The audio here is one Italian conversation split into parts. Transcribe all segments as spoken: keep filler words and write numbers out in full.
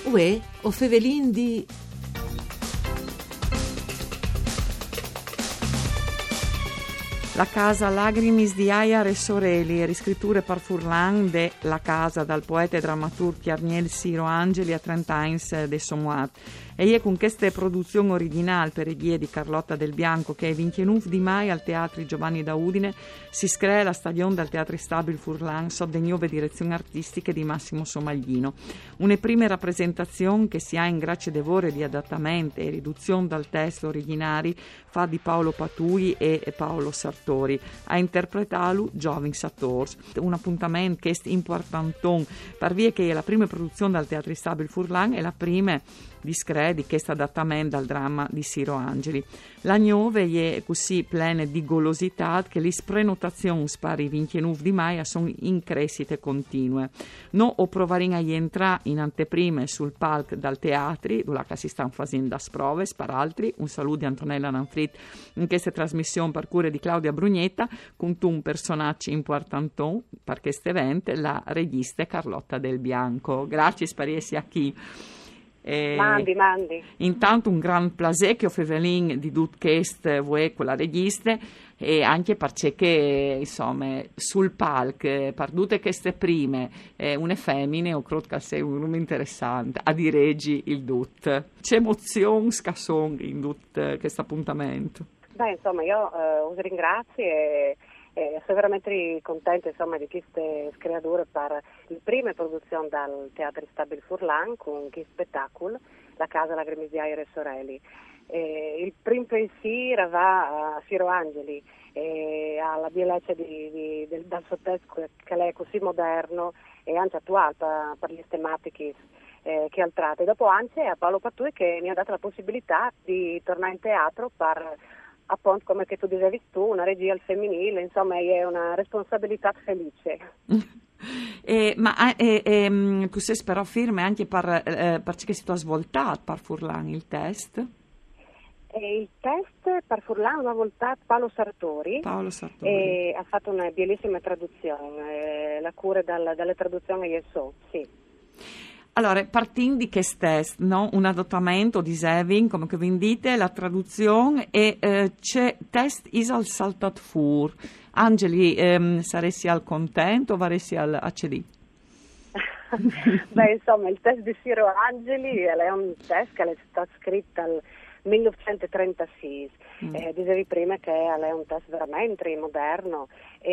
Uè, o Fevelin di... La casa Lagrimis di Aia e Soreli, riscritture par Furlan de La casa dal poeta e drammaturgo Arniel Siro Angeli a trenta anni de Somoat. E è con queste produzioni originali per regie di Carlotta Del Bianco che il ventinove di maio al Teatro Giovanni da Udine si screa la stagione dal Teatro Stabile Furlan sotto le nuove direzioni artistiche di Massimo Somaglino. Una prima rappresentazione che si ha in grazie devore di adattamento e riduzione dal testo originari fa di Paolo Patui e Paolo Sartori. A interpretarlo Giovin Sattors. Un appuntamento che è importante per via che è la prima produzione dal Teatro Stabile Furlan e la prima discreta di questo adattamento al dramma di Siro Angeli. La nuove è così plena di golosità che le prenotazioni per il ventinove di maio sono in crescita continue. No o provare a entrare in anteprime sul palco dal teatri, dove si stanno facendo da sprove, per altri. Un saluto di Antonella Nanfrit in questa trasmissione per cura di Claudia Brugnetta, con un personaggio importante per questo evento, la regista Carlotta Del Bianco. Grazie spariesi a chi. Eh, mandi, mandi. Intanto un gran plaisir che ho Fevelin di tutto questo voi con la regista e anche perché insomma sul palco per tutte queste prime eh, une femmine ho credo che sia un nome interessante a diregi il dut. C'è emozione scasson in tutto questo appuntamento? Beh, insomma io eh, us ringrazio e Eh, sono veramente contenta insomma, di queste creature per la prima produzione dal Teatro Stabile Furlan con questo spettacolo, La casa Lagrimis di Aia e Soreli. Eh, il primo pensiero va a Siro Angeli, eh, alla bellezza di, di, del, dal sottesco che è così moderno e anche attuale per, per le tematiche eh, che ha trattato. E dopo anche a Paolo Patui che mi ha dato la possibilità di tornare in teatro per appunto come che tu dicevi tu, una regia al femminile, insomma è una responsabilità felice. eh, ma eh, eh, tu sei però firme anche per, eh, per ciò che si è svoltato per Furlan il test? E il test per Furlan l'ha voltato Paolo Sartori, Paolo Sartori. E ha fatto una bellissima traduzione, eh, la cura dal, dalle traduzioni io so, sì. Allora, partendo di che test, no? Un adattamento di Sevin, come che vi dite, la traduzione e eh, c'è test is al saltat fur. Angeli, ehm, saresti al contento o varesti al A C D? Beh, insomma, il test di Siro Angeli è un test che è stato scritto al millenovecentotrentasei. Mm. Eh, dicevi prima che è un test veramente moderno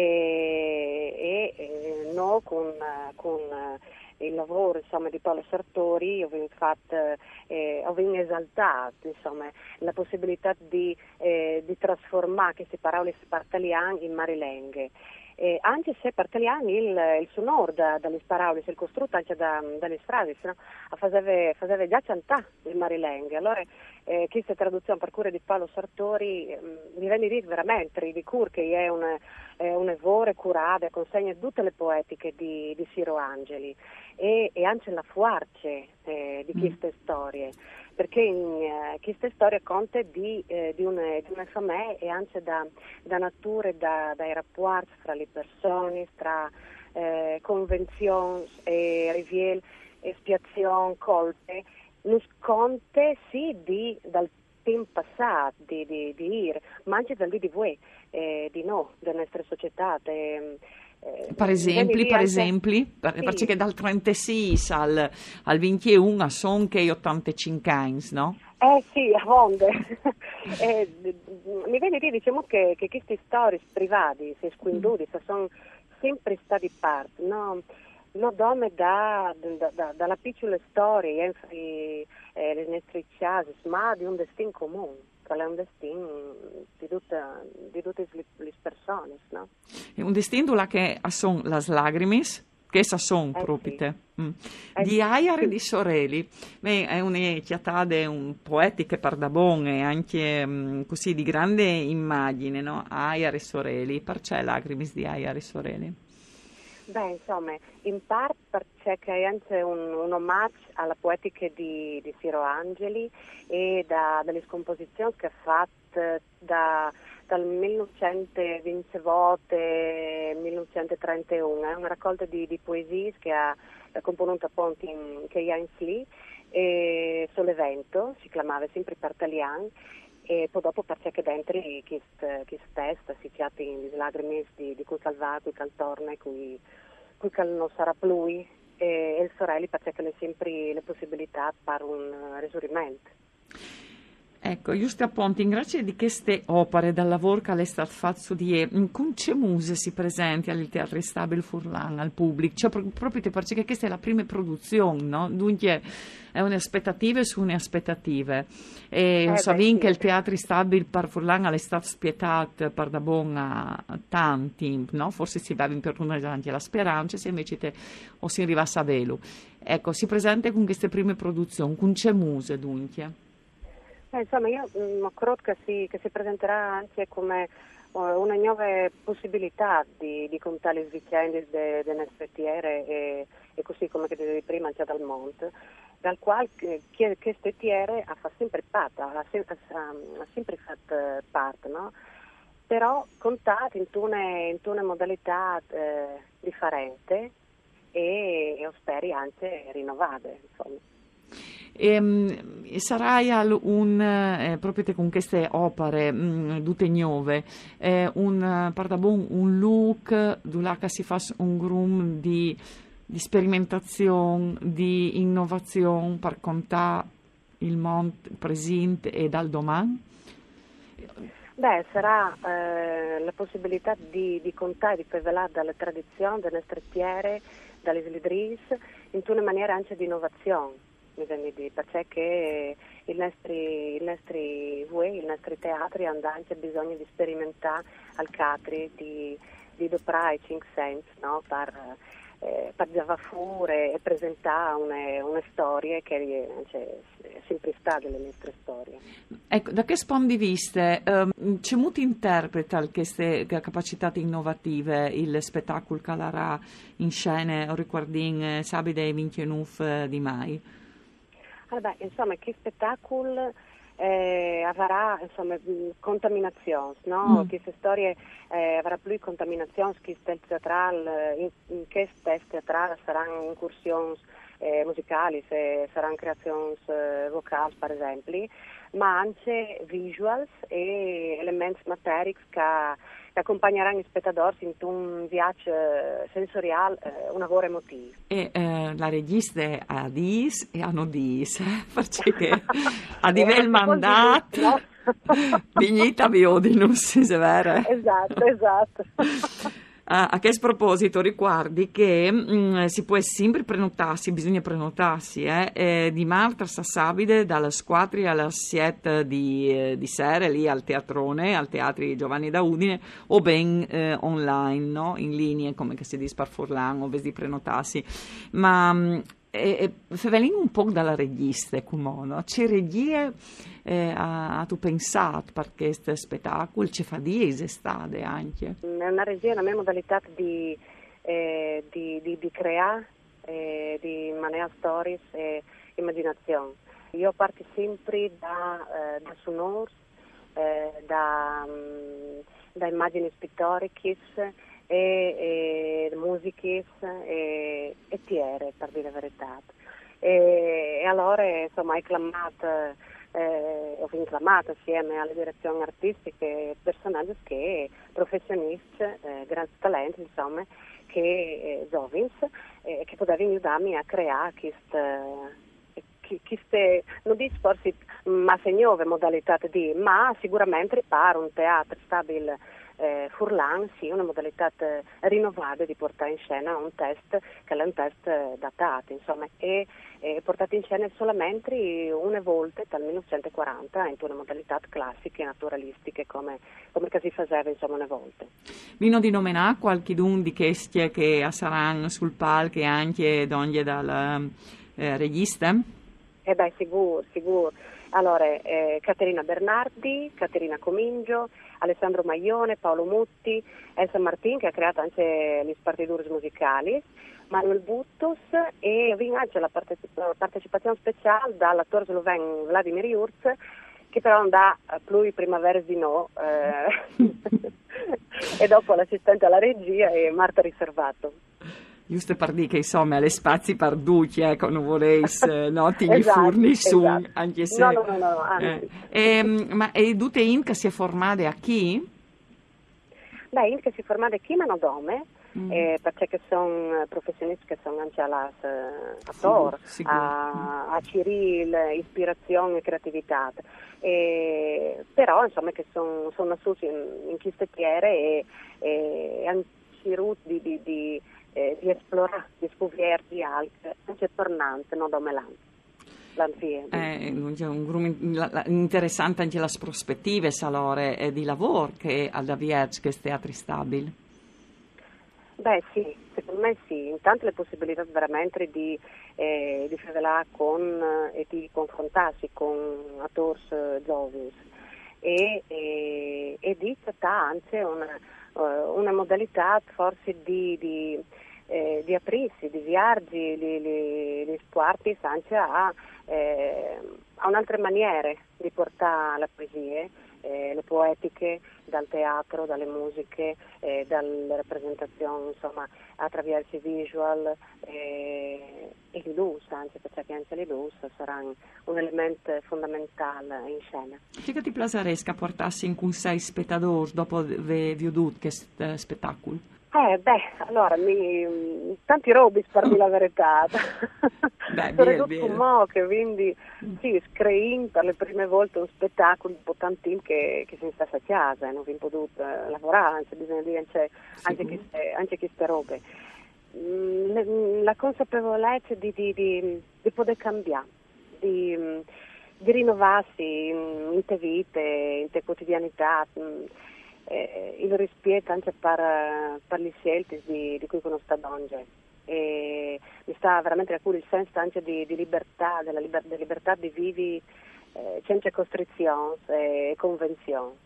e, e, e no con... con il lavoro insomma di Paolo Sartori ho infatti eh, ho esaltato insomma la possibilità di, eh, di trasformare queste parole spartaliane in marilenghe. Eh, anche se per italiani il, il sonoro da, dalle parole, il costrutto anche da, dalle frasi, no? faceva già cantare il marilenghe. Allora, eh, questa traduzione per cura di Paolo Sartori eh, mi viene di dire veramente di cur che è un, eh, un evore curato, consegna tutte le poetiche di, di Siro Angeli e, e anche la fuarce eh, di queste mm. storie. Perché in uh, queste storie conta di, eh, di, una, di una famiglia e anche da, da natura e da, dai rapporti tra le persone, tra eh, convenzioni e riviel, espiazioni, colpe, non conta sì di, dal tempo passato, di, di, di ir, ma anche dal di voi, eh, di no, della nostra società. De, Per esempio, per esempio, per, sì. Perché dal trentasei al, al ventuno sono che ottantacinque anni, no? Eh sì, a vonde. eh, mi viene di dire, diciamo che, che queste storie private, se squindute, mm. sono sempre state parte, no? No, dome da, da, da, dalla piccola storia, eh, le nostre case, ma di un destino comune. Qual è un destino di, tutta, di tutte le, le persone, no? È un destino là che sono le lacrimis, che sono eh proprio sì. mm. eh di Aia e di Soreli. Beh, è una chiatade un poetica per da bon e anche mm, così di grande immagine, no? Aia e Soreli, perché lacrimis di Aia e Soreli? Beh, insomma, in parte perché è anche un, un omaggio alla poetica di, di Siro Angeli e da, dalle scomposizioni che ha fatto da, dal millenovecentoventi al millenovecentotrentuno, è una raccolta di, di poesie che ha, componuta appunto in, che è in Sli, e sull'evento, si chiamava sempre per italiano, e poi dopo perché che dentro questo test si chiama in lacrime di, di cui calva, cui caltorna, cui, cui cal non sarà più, e, e il sorelli perché che le sempre le possibilità per un risorgimento. Ecco, giusto appunto, in grazia di queste opere dal lavoro che è stato fatto di e, con che muse si presenti al Teatro Stabile Furlan al pubblico, cioè proprio perché questa è la prima produzione, no? Dunque è un'aspettativa su un'aspettative e Eh so beh, che sì. il Teatro Stabile per Furlan è stato spietato per da buon a tanti, no? Forse si va in per una davanti alla speranza, se invece te, o si arriva a Savelo. Ecco, si presenta con queste prime produzioni, con che muse dunque? Eh, insomma, io mh, credo che si, che si presenterà anche come uh, una nuova possibilità di, di contare le vicende del nostro tiere e, e così come che dicevi prima anche dal Monte, dal quale che, che tiere ha fatto sempre parte, ha, ha, ha sempre fatto parte, no? Però contate in una, in una modalità eh, differente e, e speri anche rinnovate, insomma. E, sarai un eh, proprio te con queste opere mh, tutte nuove eh, un pardon, un look dove si fa un grum di, di sperimentazione di innovazione per contare il mondo presente e dal domani. Beh, sarà eh, la possibilità di, di contare, di rivelare dalle tradizioni, dalle strettiere, dalle slidris, in una maniera anche di innovazione. Mi viene di perché che i nostri, i nostri voi, i nostri teatri hanno anche bisogno di sperimentare al catri, di, di doprare i cinque sensi, no? per, eh, per giavafure e presentare una, una storia che cioè, è sempre stata delle nostre storie. Ecco, da che punto di vista um, c'è molto interpreta queste capacità innovative il spettacolo che sarà in scena o riguarding sabato e ventinove di maggio? Allora, beh, insomma, che spettacolo eh, avrà insomma, contaminazioni, no? Mm. Queste storie eh, avrà più contaminazioni che il teatral, in, in che test teatral saranno incursioni eh, musicali, se saranno creazioni eh, vocali, per esempio, ma anche visuals e elementi materiali che, che accompagneranno gli spettatori in un viaggio sensoriale, eh, un lavoro emotivo. E eh, la regista è a dis e a no dis, eh, perché a livello mandato no? dignità biodinus, se vero? Esatto, esatto. A, a che sproposito ricordi che mh, si può sempre prenotarsi, bisogna prenotarsi eh, eh, di martedì a sabato dalle quattro alle sette di, eh, di sera lì al teatrone, al Teatro Giovanni da Udine o ben eh, online, no? In linea come che si dice per Furlan o di prenotarsi, ma mh, e, e Fevelin un po' dalla regista come no? C'è regie eh, a, a tu pensato per questo spettacolo, ci fa di estate anche? È una regia, una mia modalità di, eh, di, di, di creare, eh, di maneggiare stories e immaginazione. Io parto sempre da, eh, da sonori, eh, da, um, da immagini pittoriche e, e musiche e, e tiere, per dire la verità. E, e allora, insomma, hai chiamato Eh, ho inclamato assieme alle direzioni artistiche personaggi che professionisti, eh, grandi talenti, insomma, che eh, giovani, eh, che potevano aiutarmi a creare queste, queste non dico forse ma se nuove modalità di, ma sicuramente per un teatro stabile eh, Furlan sì, una modalità rinnovata di portare in scena un test che è un test datato, insomma, e eh, portato in scena solamente una volta dal millenovecentoquaranta in una modalità classiche e naturalistiche come, come che si faceva insomma una volta. Vino di nominare qualche d'un di questi che saranno sul palco e anche donne dal eh, regista? Eh beh, sicuro, sicuro. Allora, eh, Caterina Bernardi, Caterina Comingio, Alessandro Maglione, Paolo Mutti, Elsa Martin che ha creato anche gli spartituri musicali, Manuel Buttus e vince la, partecip- la partecipazione speciale dall'attore sloveno Vladimir Jurc che però non dà più primavera di no eh, e dopo l'assistente alla regia è Marta Riservato. Giusto per dire che insomma le spazi perduti, ecco, non vorrei no, ti esatto, furni su, esatto. anche se... No, no, no, no, anzi. Eh, e, ma e tutte in che si è formate a chi? Beh, in che si è formate chi ma non dome, mm. eh, perché sono professionisti che sono anche alla attor, sì, a, a Cyril, ispirazione e creatività. E, però insomma che sono son assunti in, in queste chiere e, e anche di, di, di, eh, di esplorare, di scoprire anche, anche tornante, non dome l'anno. Eh, un interessante anche le prospettive salore e di lavoro che ad avviarci questi teatri stabili. Beh sì, secondo me sì, intanto le possibilità veramente di, eh, di fare con e di confrontarsi con attori giovani e, e, e di trattare anche una, uh, una modalità forse di, di, eh, di aprirsi, di viaggi, di, di, di spuarti anche a Eh, a un'altra maniera di portare la poesia, eh, le poetiche dal teatro, dalle musiche, eh, dalle rappresentazioni, insomma, attraverso i visual eh, e le luci, anche perché anche le luci saranno un elemento fondamentale in scena. Che ti piacerebbe portarsi in con sei spettatori dopo aver veduto questo spettacolo? Eh beh, allora, mi, tanti robi per dire la verità. Soprattutto mo che quindi sì, screen per le prime volte un spettacolo importantino che, che si sta a casa e non vi potuto lavorare, anzi bisogna dire anche, anche, queste, anche queste robe. Mm, la consapevolezza di, di, di, di poter cambiare, di, di rinnovarsi in, in te vite, in te quotidianità. Eh, il rispetto anche per, per le scelte di, di cui sono stata oggi e mi sta veramente a cuore il senso anche di, di libertà, della liber, della libertà di vivi eh, senza costrizioni e convenzioni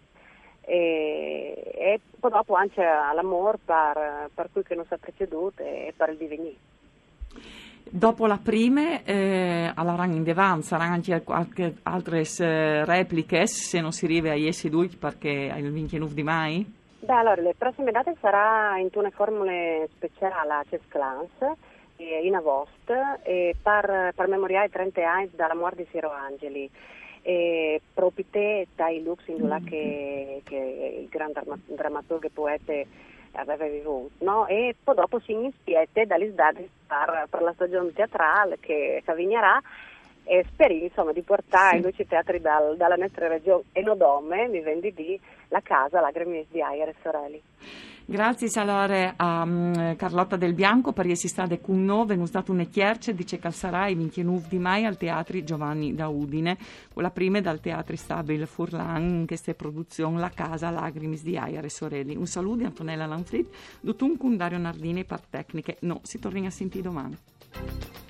e, e poi dopo anche all'amore per, per cui che non si è preceduto e per il divenire. Dopo la prima, eh, alla rang in devan saranno anche qualche altre eh, repliche se non si arriva a Iesi due perché il ventinove di mai? Beh, allora, le prossime date sarà in una formule speciale a Chess Clans eh, in agosto e per, per memoriare i trenta anni dalla morte di Siro Angeli e proprio dai lux in là che, che il grande drammaturgo e poeta aveva vissuto, no? E poi dopo si inspiete dalle date per, per la stagione teatrale che, che avvignerà e speri insomma di portare sì. Invece teatri dal, dalla nostra regione e Nodome mi vendi di La Casa Lagrimi di Aia e Sorelli. Grazie allora a um, Carlotta Del Bianco per essere stata con noi, venuto dato un ecchierce, dice che sarà il ventinove di maio al Teatro Giovanni da Udine, quella prima dal Teatro Stabile Furlan, in questa produzione La Casa Lagrimi di Aia e Sorelli. Un saluto di Antonella Lanfrit, Dutun con Dario Nardini per tecniche. No, si torna a sentire domani.